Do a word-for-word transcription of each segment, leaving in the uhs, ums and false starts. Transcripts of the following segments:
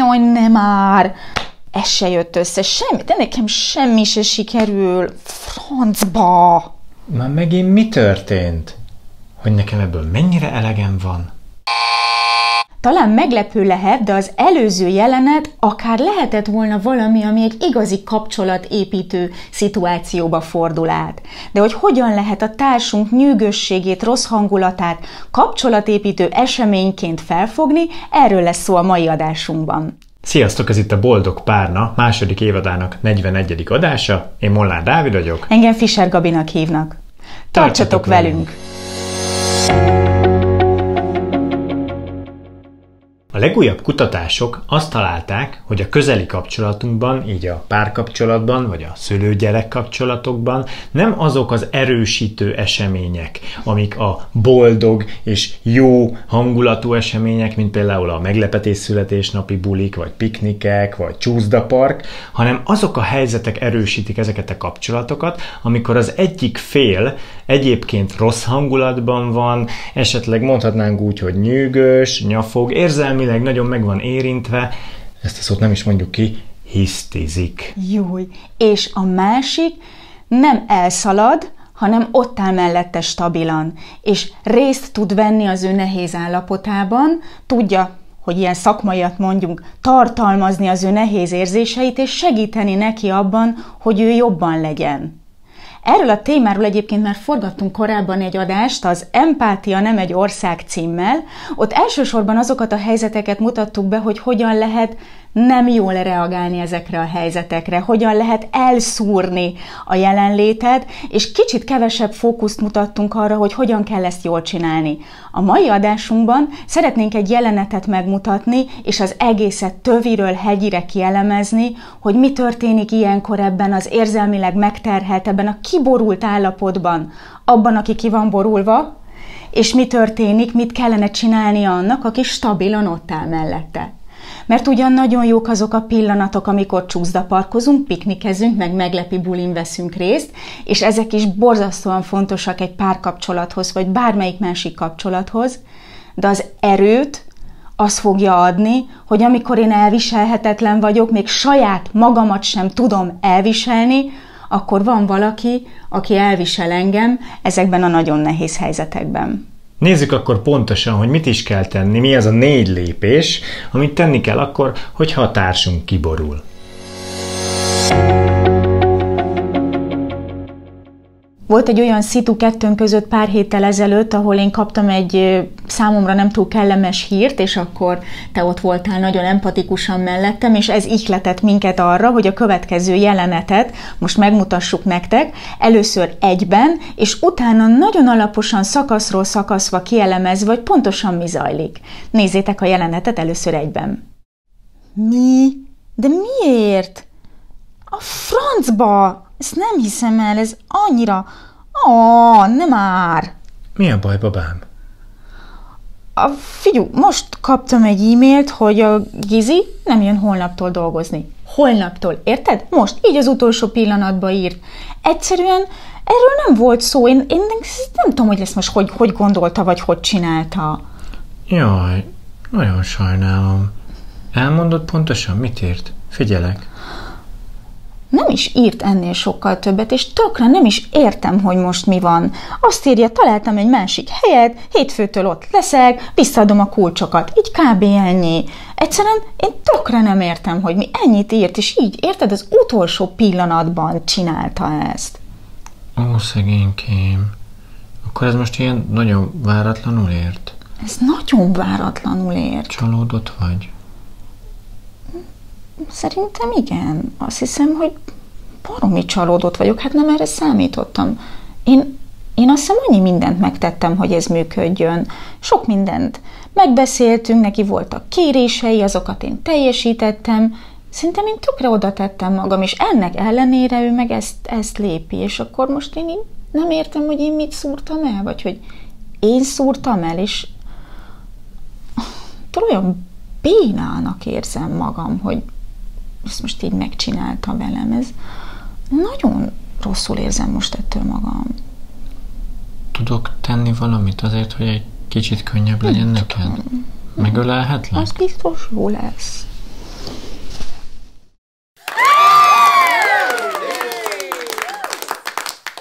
Jaj, nem már! Ez se jött össze, semmi, de nekem semmi se sikerül. Francba! Már megint mi történt? Hogy nekem ebből mennyire elegem van? Talán meglepő lehet, de az előző jelenet akár lehetett volna valami, ami egy igazi kapcsolatépítő szituációba fordul át. De hogy hogyan lehet a társunk nyűgösségét, rossz hangulatát kapcsolatépítő eseményként felfogni, erről lesz szó a mai adásunkban. Sziasztok, ez itt a Boldog Párna második évadának negyvenegyedik adása. Én Molnár Dávid vagyok. Engem Fischer Gabinak hívnak. Tartsatok, Tartsatok velünk! velünk. A legújabb kutatások azt találták, hogy a közeli kapcsolatunkban, így a párkapcsolatban, vagy a szülő-gyerek kapcsolatokban nem azok az erősítő események, amik a boldog és jó hangulatú események, mint például a meglepetés születésnapi bulik, vagy piknikek, vagy csúszdapark, hanem azok a helyzetek erősítik ezeket a kapcsolatokat, amikor az egyik fél egyébként rossz hangulatban van, esetleg mondhatnánk úgy, hogy nyűgös, nyafog, érzelmileg nagyon meg van érintve, ezt a szót nem is mondjuk ki, hisztizik. Júj, és a másik nem elszalad, hanem ott áll mellette stabilan, és részt tud venni az ő nehéz állapotában, tudja, hogy ilyen szakmaiat mondjunk, tartalmazni az ő nehéz érzéseit, és segíteni neki abban, hogy ő jobban legyen. Erről a témáról egyébként már forgattunk korábban egy adást, az Empátia nem egy ország címmel. Ott elsősorban azokat a helyzeteket mutattuk be, hogy hogyan lehet nem jól reagálni ezekre a helyzetekre, hogyan lehet elszúrni a jelenlétet, és kicsit kevesebb fókuszt mutattunk arra, hogy hogyan kell ezt jól csinálni. A mai adásunkban szeretnénk egy jelenetet megmutatni, és az egészet töviről hegyire kielemezni, hogy mi történik ilyenkor ebben az érzelmileg megterhelt, ebben a kiborult állapotban, abban, aki ki van borulva, és mi történik, mit kellene csinálnia annak, aki stabilan ott áll mellette. Mert ugyan nagyon jók azok a pillanatok, amikor csúszdaparkozunk, piknikezünk, meg meglepi bulin veszünk részt, és ezek is borzasztóan fontosak egy párkapcsolathoz, vagy bármelyik másik kapcsolathoz, de az erőt az fogja adni, hogy amikor én elviselhetetlen vagyok, még saját magamat sem tudom elviselni, akkor van valaki, aki elvisel engem ezekben a nagyon nehéz helyzetekben. Nézzük akkor pontosan, hogy mit is kell tenni, mi az a négy lépés, amit tenni kell akkor, hogyha a társunk kiborul. Volt egy olyan szitu kettőnk között pár héttel ezelőtt, ahol én kaptam egy számomra nem túl kellemes hírt, és akkor te ott voltál nagyon empatikusan mellettem, és ez ihletett minket arra, hogy a következő jelenetet most megmutassuk nektek, először egyben, és utána nagyon alaposan szakaszról szakaszva kielemezve, hogy pontosan mi zajlik. Nézzétek a jelenetet először egyben. Mi? De miért? A francba! Ezt nem hiszem el, ez annyira... Ó, nem már! Mi a baj, babám? A, figyú, most kaptam egy e-mailt, hogy a Gizi nem jön holnaptól dolgozni. Holnaptól, érted? Most, így az utolsó pillanatban írt. Egyszerűen erről nem volt szó, én, én nem tudom, hogy lesz most, hogy, hogy gondolta, vagy hogy csinálta. Jaj, nagyon sajnálom. Elmondod pontosan, mit írt? Figyelek. Nem is írt ennél sokkal többet, és tökre nem is értem, hogy most mi van. Azt írja, találtam egy másik helyet, hétfőtől ott leszek, visszaadom a kulcsokat. Így kb. Ennyi. Egyszerűen én tökre nem értem, hogy mi ennyit írt, és így, érted, az utolsó pillanatban csinálta ezt. Ó, szegénykém. Akkor ez most ilyen nagyon váratlanul ért? Ez nagyon váratlanul ért. Csalódott vagy? Szerintem igen. Azt hiszem, hogy baromi csalódott vagyok. Hát nem erre számítottam. Én, én azt hiszem annyi mindent megtettem, hogy ez működjön. Sok mindent megbeszéltünk, neki voltak kérései, azokat én teljesítettem. Szerintem én tökre oda tettem magam, és ennek ellenére ő meg ezt, ezt lépi. És akkor most én nem értem, hogy én mit szúrtam el, vagy hogy én szúrtam el, és olyan bénának érzem magam, hogy ezt most így megcsinálta velem. Ez nagyon rosszul érzem most ettől magam. Tudok tenni valamit azért, hogy egy kicsit könnyebb legyen neked? Megölelhetlek? Az biztos jó lesz.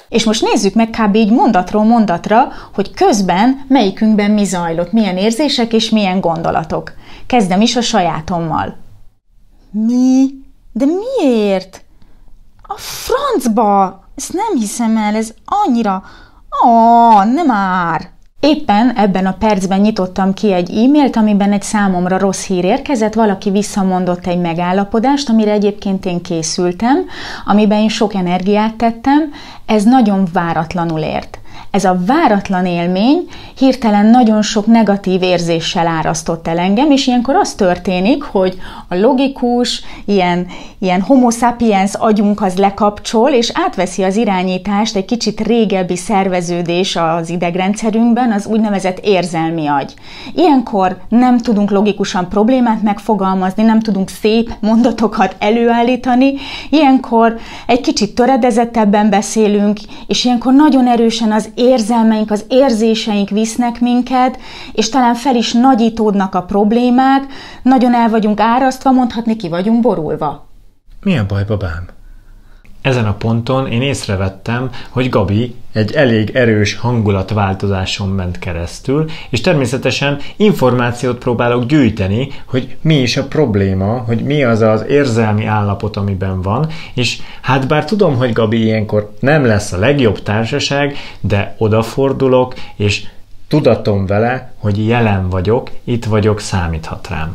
És most nézzük meg kb. Így mondatról mondatra, hogy közben melyikünkben mi zajlott, milyen érzések és milyen gondolatok. Kezdem is a sajátommal. Mi? De miért? A francba! Ezt nem hiszem el, ez annyira... Ó, nem már! Éppen ebben a percben nyitottam ki egy e-mailt, amiben egy számomra rossz hír érkezett, valaki visszamondott egy megállapodást, amire egyébként én készültem, amiben én sok energiát tettem, ez nagyon váratlanul ért. Ez a váratlan élmény hirtelen nagyon sok negatív érzéssel árasztott el engem, és ilyenkor az történik, hogy a logikus, ilyen, ilyen homo sapiens agyunk az lekapcsol, és átveszi az irányítást egy kicsit régebbi szerveződés az idegrendszerünkben, az úgynevezett érzelmi agy. Ilyenkor nem tudunk logikusan problémát megfogalmazni, nem tudunk szép mondatokat előállítani, ilyenkor egy kicsit töredezettebben beszélünk, és ilyenkor nagyon erősen az érzelmeink, az érzéseink visznek minket, és talán fel is nagyítódnak a problémák, nagyon el vagyunk árasztva, mondhatni ki vagyunk borulva. Mi a baj, babám? Ezen a ponton én észrevettem, hogy Gabi egy elég erős hangulatváltozáson ment keresztül, és természetesen információt próbálok gyűjteni, hogy mi is a probléma, hogy mi az az érzelmi állapot, amiben van, és hát bár tudom, hogy Gabi ilyenkor nem lesz a legjobb társaság, de odafordulok, és tudatom vele, hogy jelen vagyok, itt vagyok, számíthat rám.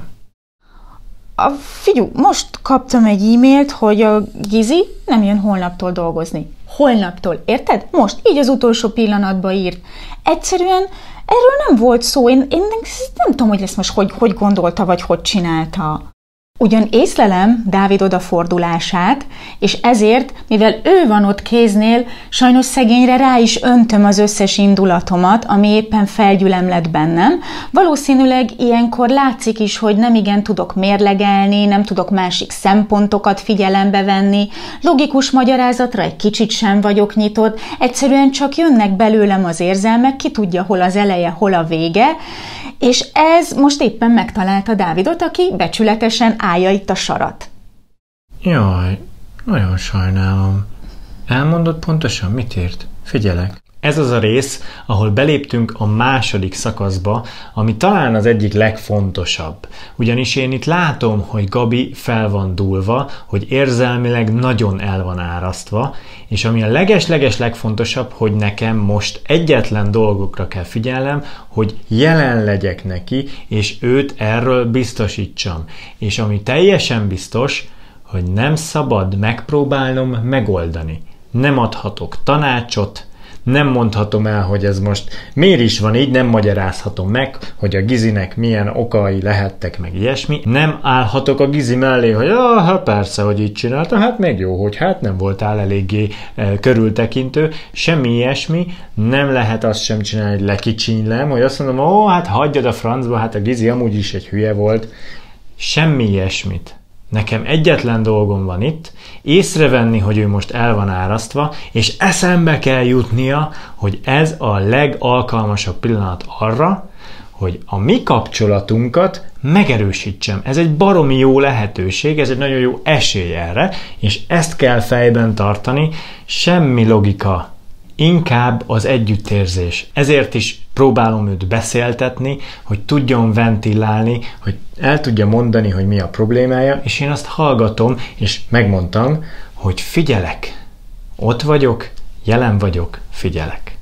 A figyú, most kaptam egy e-mailt, hogy a Gizi nem jön holnaptól dolgozni. Holnaptól, érted? Most, így az utolsó pillanatban írt. Egyszerűen erről nem volt szó, én, én nem tudom, hogy ezt most hogy, hogy gondolta, vagy hogy csinálta. Ugyan észlelem Dávid odafordulását, és ezért, mivel ő van ott kéznél, sajnos szegényre rá is öntöm az összes indulatomat, ami éppen felgyülemlett bennem. Valószínűleg ilyenkor látszik is, hogy nem igen tudok mérlegelni, nem tudok másik szempontokat figyelembe venni, logikus magyarázatra egy kicsit sem vagyok nyitott, egyszerűen csak jönnek belőlem az érzelmek, ki tudja, hol az eleje, hol a vége, és ez most éppen megtalálta Dávidot, aki becsületesen állja itt a sarat. Jaj, nagyon sajnálom. Elmondod pontosan, mit írt? Figyelek. Ez az a rész, ahol beléptünk a második szakaszba, ami talán az egyik legfontosabb. Ugyanis én itt látom, hogy Gabi fel van dúlva, hogy érzelmileg nagyon el van árasztva, és ami a leges-leges legfontosabb, hogy nekem most egyetlen dolgokra kell figyelnem, hogy jelen legyek neki, és őt erről biztosítsam. És ami teljesen biztos, hogy nem szabad megpróbálnom megoldani. Nem adhatok tanácsot, nem mondhatom el, hogy ez most miért is van így, nem magyarázhatom meg, hogy a Gizinek milyen okai lehettek, meg ilyesmi. Nem állhatok a Gizi mellé, hogy ah, hát persze, hogy így csinálta, hát még jó, hogy hát nem voltál eléggé e, körültekintő. Semmi ilyesmi, nem lehet azt sem csinálni, hogy lekicsinylem, hogy azt mondom, ó, hát hagyjad a francba, hát a Gizi amúgy is egy hülye volt. Semmi ilyesmit. Nekem egyetlen dolgom van itt, észrevenni, hogy ő most el van árasztva, és eszembe kell jutnia, hogy ez a legalkalmasabb pillanat arra, hogy a mi kapcsolatunkat megerősítsem. Ez egy baromi jó lehetőség, ez egy nagyon jó esély erre, és ezt kell fejben tartani, semmi logika, inkább az együttérzés. Ezért is próbálom őt beszéltetni, hogy tudjon ventilálni, hogy el tudja mondani, hogy mi a problémája, és én azt hallgatom, és megmondtam, hogy figyelek. Ott vagyok, jelen vagyok, figyelek.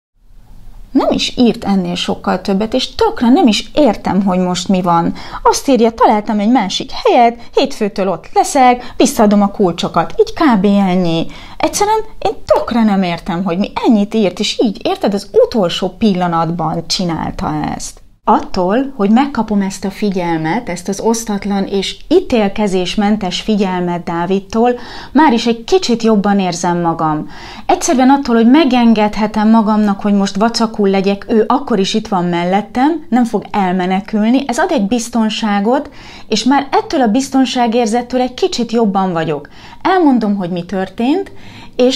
Nem is írt ennél sokkal többet, és tökre nem is értem, hogy most mi van. Azt írja, találtam egy másik helyet, hétfőtől ott leszek, visszaadom a kulcsokat. Így kb. Ennyi. Egyszerűen én tökre nem értem, hogy mi ennyit írt, és így, érted, az utolsó pillanatban csinálta ezt. Attól, hogy megkapom ezt a figyelmet, ezt az osztatlan és ítélkezésmentes figyelmet Dávidtól, már is egy kicsit jobban érzem magam. Egyszerűen attól, hogy megengedhetem magamnak, hogy most vacakul legyek, ő akkor is itt van mellettem, nem fog elmenekülni, ez ad egy biztonságot, és már ettől a biztonságérzettől egy kicsit jobban vagyok. Elmondom, hogy mi történt, és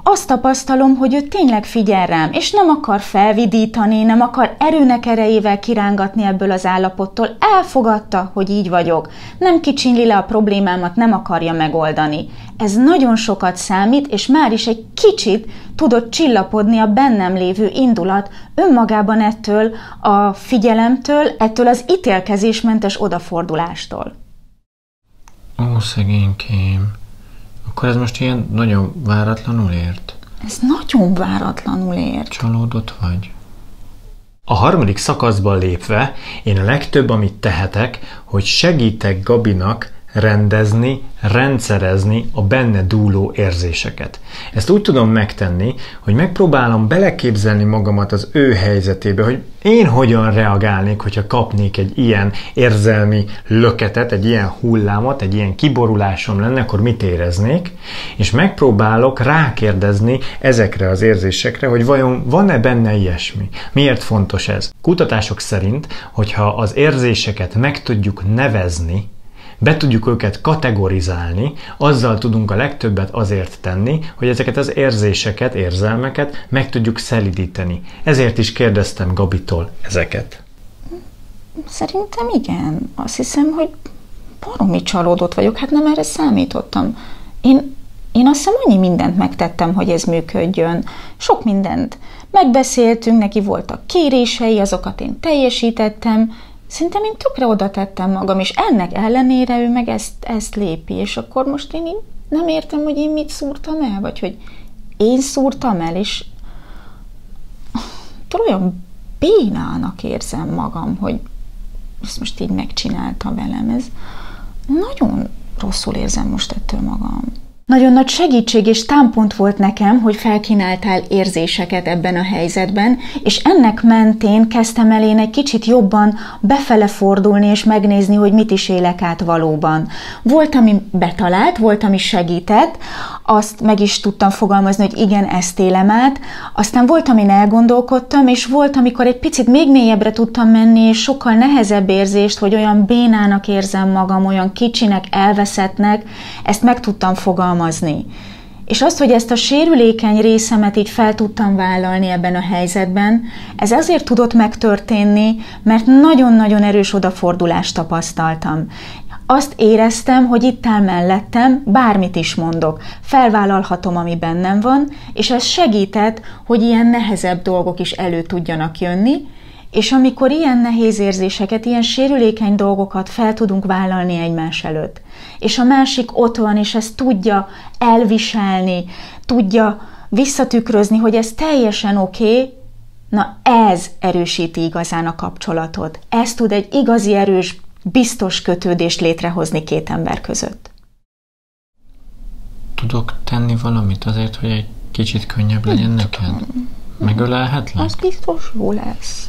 azt tapasztalom, hogy ő tényleg figyel rám, és nem akar felvidítani, nem akar erőnek erejével kirángatni ebből az állapottól. Elfogadta, hogy így vagyok. Nem kicsinli le a problémámat, nem akarja megoldani. Ez nagyon sokat számít, és már is egy kicsit tudott csillapodni a bennem lévő indulat önmagában ettől a figyelemtől, ettől az ítélkezésmentes odafordulástól. Ó, szegénykém. Akkor ez most ilyen nagyon váratlanul ért? Ez nagyon váratlanul ért. Csalódott vagy? A harmadik szakaszban lépve én a legtöbb, amit tehetek, hogy segítek Gabinak rendezni, rendszerezni a benne dúló érzéseket. Ezt úgy tudom megtenni, hogy megpróbálom beleképzelni magamat az ő helyzetébe, hogy én hogyan reagálnék, hogyha kapnék egy ilyen érzelmi löketet, egy ilyen hullámot, egy ilyen kiborulásom lenne, akkor mit éreznék, és megpróbálok rákérdezni ezekre az érzésekre, hogy vajon van-e benne ilyesmi. Miért fontos ez? Kutatások szerint, hogyha az érzéseket meg tudjuk nevezni, be tudjuk őket kategorizálni, azzal tudunk a legtöbbet azért tenni, hogy ezeket az érzéseket, érzelmeket meg tudjuk szelídíteni. Ezért is kérdeztem Gabitól ezeket. Szerintem igen. Azt hiszem, hogy baromi csalódott vagyok. Hát nem erre számítottam. Én, én azt hiszem, annyi mindent megtettem, hogy ez működjön. Sok mindent megbeszéltünk, neki voltak kérései, azokat én teljesítettem. Szerintem én tökre oda tettem magam, és ennek ellenére ő meg ezt, ezt lépi, és akkor most én nem értem, hogy én mit szúrtam el, vagy hogy én szúrtam el, és olyan bénának érzem magam, hogy ezt most így megcsinálta velem. Ez nagyon rosszul érzem most ettől magam. Nagyon nagy segítség és támpont volt nekem, hogy felkínáltál érzéseket ebben a helyzetben, és ennek mentén kezdtem el én egy kicsit jobban befele fordulni, és megnézni, hogy mit is élek át valóban. Volt, ami betalált, volt, ami segített, azt meg is tudtam fogalmazni, hogy igen, ezt élem át, aztán volt, amin elgondolkodtam, és volt, amikor egy picit még mélyebbre tudtam menni, és sokkal nehezebb érzést, hogy olyan bénának érzem magam, olyan kicsinek, elveszettnek, ezt meg tudtam fogalmazni. És azt, hogy ezt a sérülékeny részemet így fel tudtam vállalni ebben a helyzetben, ez azért tudott megtörténni, mert nagyon-nagyon erős odafordulást tapasztaltam. Azt éreztem, hogy itt áll mellettem, bármit is mondok, felvállalhatom, ami bennem van, és ez segített, hogy ilyen nehezebb dolgok is elő tudjanak jönni, és amikor ilyen nehéz érzéseket, ilyen sérülékeny dolgokat fel tudunk vállalni egymás előtt, és a másik ott van, és ezt tudja elviselni, tudja visszatükrözni, hogy ez teljesen oké, okay, na ez erősíti igazán a kapcsolatot. Ez tud egy igazi erős, biztos kötődést létrehozni két ember között. Tudok tenni valamit azért, hogy egy kicsit könnyebb legyen nem neked? Tudom. Megölelhetlek? Az biztos jó lesz.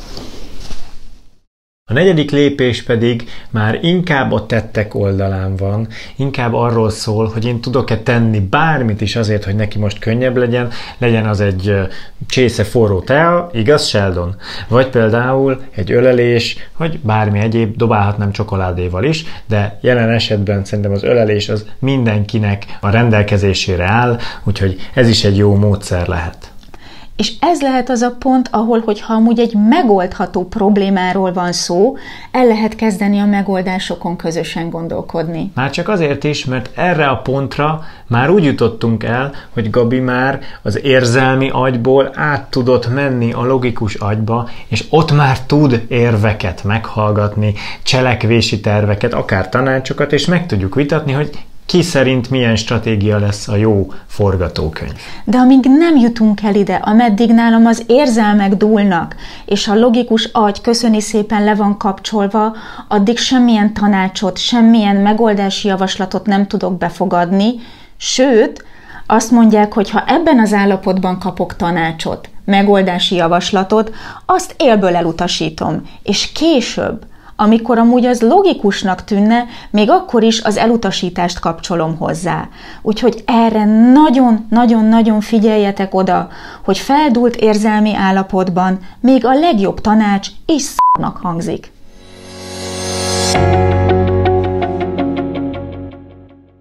A negyedik lépés pedig már inkább a tettek oldalán van, inkább arról szól, hogy én tudok-e tenni bármit is azért, hogy neki most könnyebb legyen, legyen az egy csésze forró tea, igaz, Sheldon? Vagy például egy ölelés, vagy bármi egyéb, dobálhatnám csokoládéval is, de jelen esetben szerintem az ölelés az mindenkinek a rendelkezésére áll, úgyhogy ez is egy jó módszer lehet. És ez lehet az a pont, ahol, hogyha amúgy egy megoldható problémáról van szó, el lehet kezdeni a megoldásokon közösen gondolkodni. Már csak azért is, mert erre a pontra már úgy jutottunk el, hogy Gabi már az érzelmi agyból át tudott menni a logikus agyba, és ott már tud érveket meghallgatni, cselekvési terveket, akár tanácsokat, és meg tudjuk vitatni, hogy ki szerint milyen stratégia lesz a jó forgatókönyv. De amíg nem jutunk el ide, ameddig nálam az érzelmek dúlnak, és a logikus agy köszöni szépen le van kapcsolva, addig semmilyen tanácsot, semmilyen megoldási javaslatot nem tudok befogadni, sőt, azt mondják, hogy ha ebben az állapotban kapok tanácsot, megoldási javaslatot, azt élből elutasítom, és később, amikor amúgy az logikusnak tűnne, még akkor is az elutasítást kapcsolom hozzá. Úgyhogy erre nagyon-nagyon-nagyon figyeljetek oda, hogy feldúlt érzelmi állapotban még a legjobb tanács is szarnak hangzik. A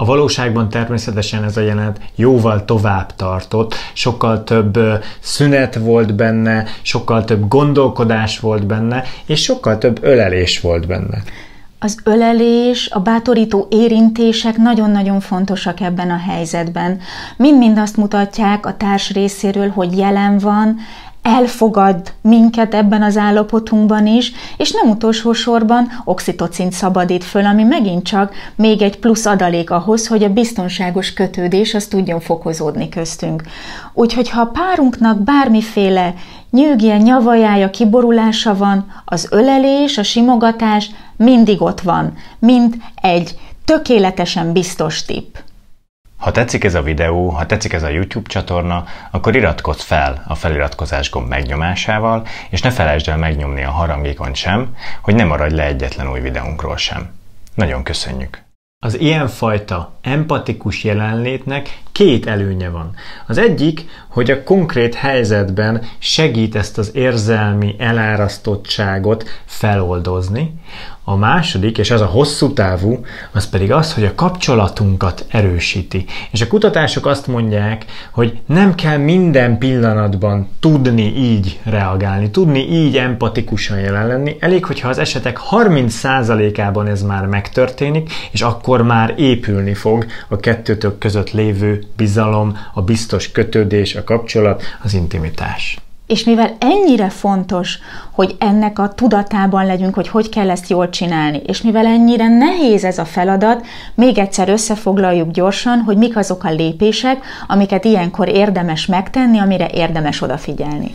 valóságban természetesen ez a jelenet jóval tovább tartott, sokkal több szünet volt benne, sokkal több gondolkodás volt benne, és sokkal több ölelés volt benne. Az ölelés, a bátorító érintések nagyon-nagyon fontosak ebben a helyzetben. Mind-mind azt mutatják a társ részéről, hogy jelen van, elfogad minket ebben az állapotunkban is, és nem utolsó sorban oxitocint szabadít föl, ami megint csak még egy plusz adalék ahhoz, hogy a biztonságos kötődés az tudjon fokozódni köztünk. Úgyhogy ha a párunknak bármiféle nyűgje, nyavajája, kiborulása van, az ölelés, a simogatás mindig ott van, mint egy tökéletesen biztos tipp. Ha tetszik ez a videó, ha tetszik ez a YouTube csatorna, akkor iratkozz fel a feliratkozás gomb megnyomásával, és ne felejtsd el megnyomni a harangikont sem, hogy ne maradj le egyetlen új videónkról sem. Nagyon köszönjük! Az ilyenfajta empatikus jelenlétnek két előnye van. Az egyik, hogy a konkrét helyzetben segít ezt az érzelmi elárasztottságot feloldozni. A második, és az a hosszú távú, az pedig az, hogy a kapcsolatunkat erősíti. És a kutatások azt mondják, hogy nem kell minden pillanatban tudni így reagálni, tudni így empatikusan jelen lenni. Elég, hogyha az esetek harminc százalékában ez már megtörténik, és akkor már épülni fog a kettőtök között lévő bizalom, a biztos kötődés, a kapcsolat, az intimitás. És mivel ennyire fontos, hogy ennek a tudatában legyünk, hogy hogy kell ezt jól csinálni, és mivel ennyire nehéz ez a feladat, még egyszer összefoglaljuk gyorsan, hogy mik azok a lépések, amiket ilyenkor érdemes megtenni, amire érdemes odafigyelni.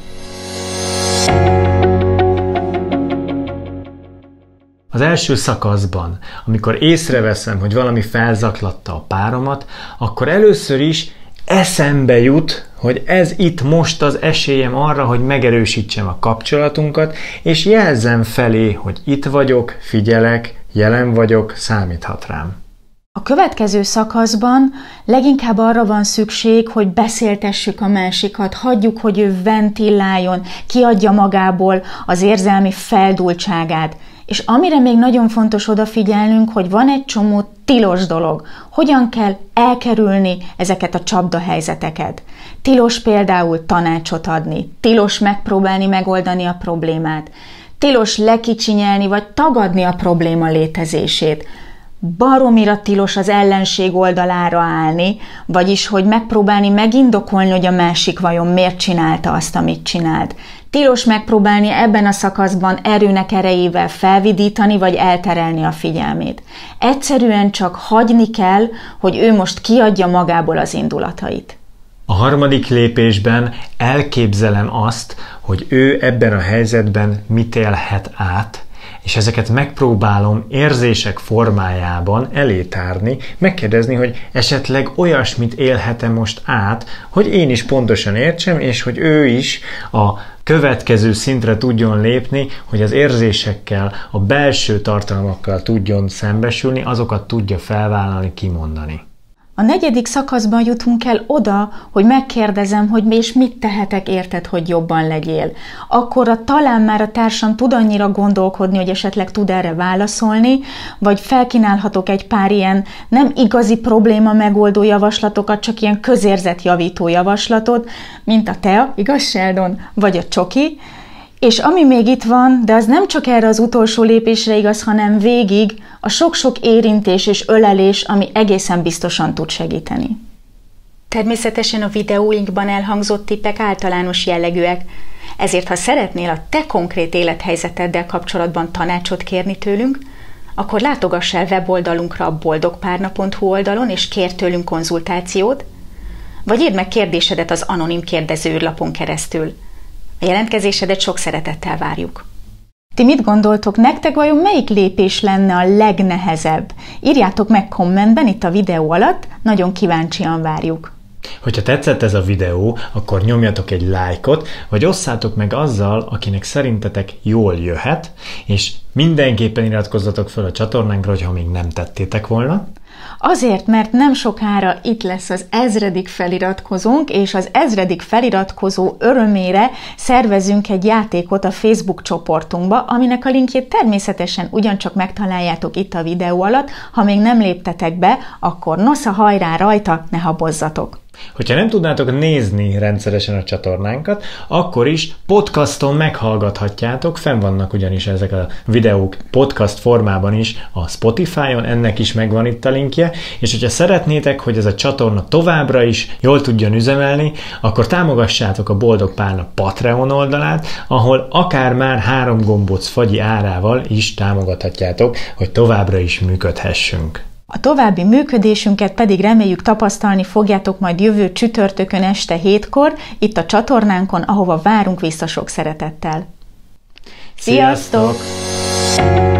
Az első szakaszban, amikor észreveszem, hogy valami felzaklatta a páromat, akkor először is eszembe jut, hogy ez itt most az esélyem arra, hogy megerősítsem a kapcsolatunkat, és jelzem felé, hogy itt vagyok, figyelek, jelen vagyok, számíthat rám. A következő szakaszban leginkább arra van szükség, hogy beszéltessük a másikat, hagyjuk, hogy ő ventilláljon, kiadja magából az érzelmi feldúltságát. És amire még nagyon fontos odafigyelnünk, hogy van egy csomó tilos dolog. Hogyan kell elkerülni ezeket a csapdahelyzeteket? Tilos például tanácsot adni, tilos megpróbálni megoldani a problémát, tilos lekicsinyelni vagy tagadni a probléma létezését. Baromira tilos az ellenség oldalára állni, vagyis hogy megpróbálni megindokolni, hogy a másik vajon miért csinálta azt, amit csinált. Tilos megpróbálni ebben a szakaszban erőnek erejével felvidítani, vagy elterelni a figyelmét. Egyszerűen csak hagyni kell, hogy ő most kiadja magából az indulatait. A harmadik lépésben elképzelem azt, hogy ő ebben a helyzetben mit élhet át, és ezeket megpróbálom érzések formájában elétárni, megkérdezni, hogy esetleg olyasmit élhet-e most át, hogy én is pontosan értsem, és hogy ő is a következő szintre tudjon lépni, hogy az érzésekkel, a belső tartalmakkal tudjon szembesülni, azokat tudja felvállalni, kimondani. A negyedik szakaszban jutunk el oda, hogy megkérdezem, hogy mi és mit tehetek érted, hogy jobban legyél. Akkor talán már a társam tud annyira gondolkodni, hogy esetleg tud erre válaszolni, vagy felkínálhatok egy pár ilyen nem igazi probléma megoldó javaslatokat, csak ilyen közérzetjavító javaslatot, mint a tea, igaz Sheldon, vagy a csoki. És ami még itt van, de az nem csak erre az utolsó lépésre igaz, hanem végig a sok-sok érintés és ölelés, ami egészen biztosan tud segíteni. Természetesen a videóinkban elhangzott tippek általános jellegűek, ezért ha szeretnél a te konkrét élethelyzeteddel kapcsolatban tanácsot kérni tőlünk, akkor látogass el weboldalunkra a boldogpárna pont hu oldalon és kérj tőlünk konzultációt, vagy írd meg kérdésedet az anonim kérdezőrlapon keresztül. A jelentkezésedet sok szeretettel várjuk. Ti mit gondoltok, nektek vajon melyik lépés lenne a legnehezebb? Írjátok meg kommentben itt a videó alatt, nagyon kíváncsian várjuk. Hogyha tetszett ez a videó, akkor nyomjatok egy lájkot, vagy osszátok meg azzal, akinek szerintetek jól jöhet, és mindenképpen iratkozzatok fel a csatornánkra, ha még nem tettétek volna. Azért, mert nem sokára itt lesz az ezredik feliratkozónk, és az ezredik feliratkozó örömére szervezünk egy játékot a Facebook csoportunkba, aminek a linkjét természetesen ugyancsak megtaláljátok itt a videó alatt. Ha még nem léptetek be, akkor nosza hajrá rajta, ne habozzatok! Hogyha nem tudnátok nézni rendszeresen a csatornánkat, akkor is podcaston meghallgathatjátok, fenn vannak ugyanis ezek a videók podcast formában is a Spotify-on, ennek is megvan itt a linkje, és hogyha szeretnétek, hogy ez a csatorna továbbra is jól tudjon üzemelni, akkor támogassátok a Boldog Pálna Patreon oldalát, ahol akár már három gombóc fagyi árával is támogathatjátok, hogy továbbra is működhessünk. A további működésünket pedig reméljük tapasztalni fogjátok majd jövő csütörtökön este hétkor, itt a csatornánkon, ahova várunk vissza sok szeretettel. Sziasztok! Sziasztok!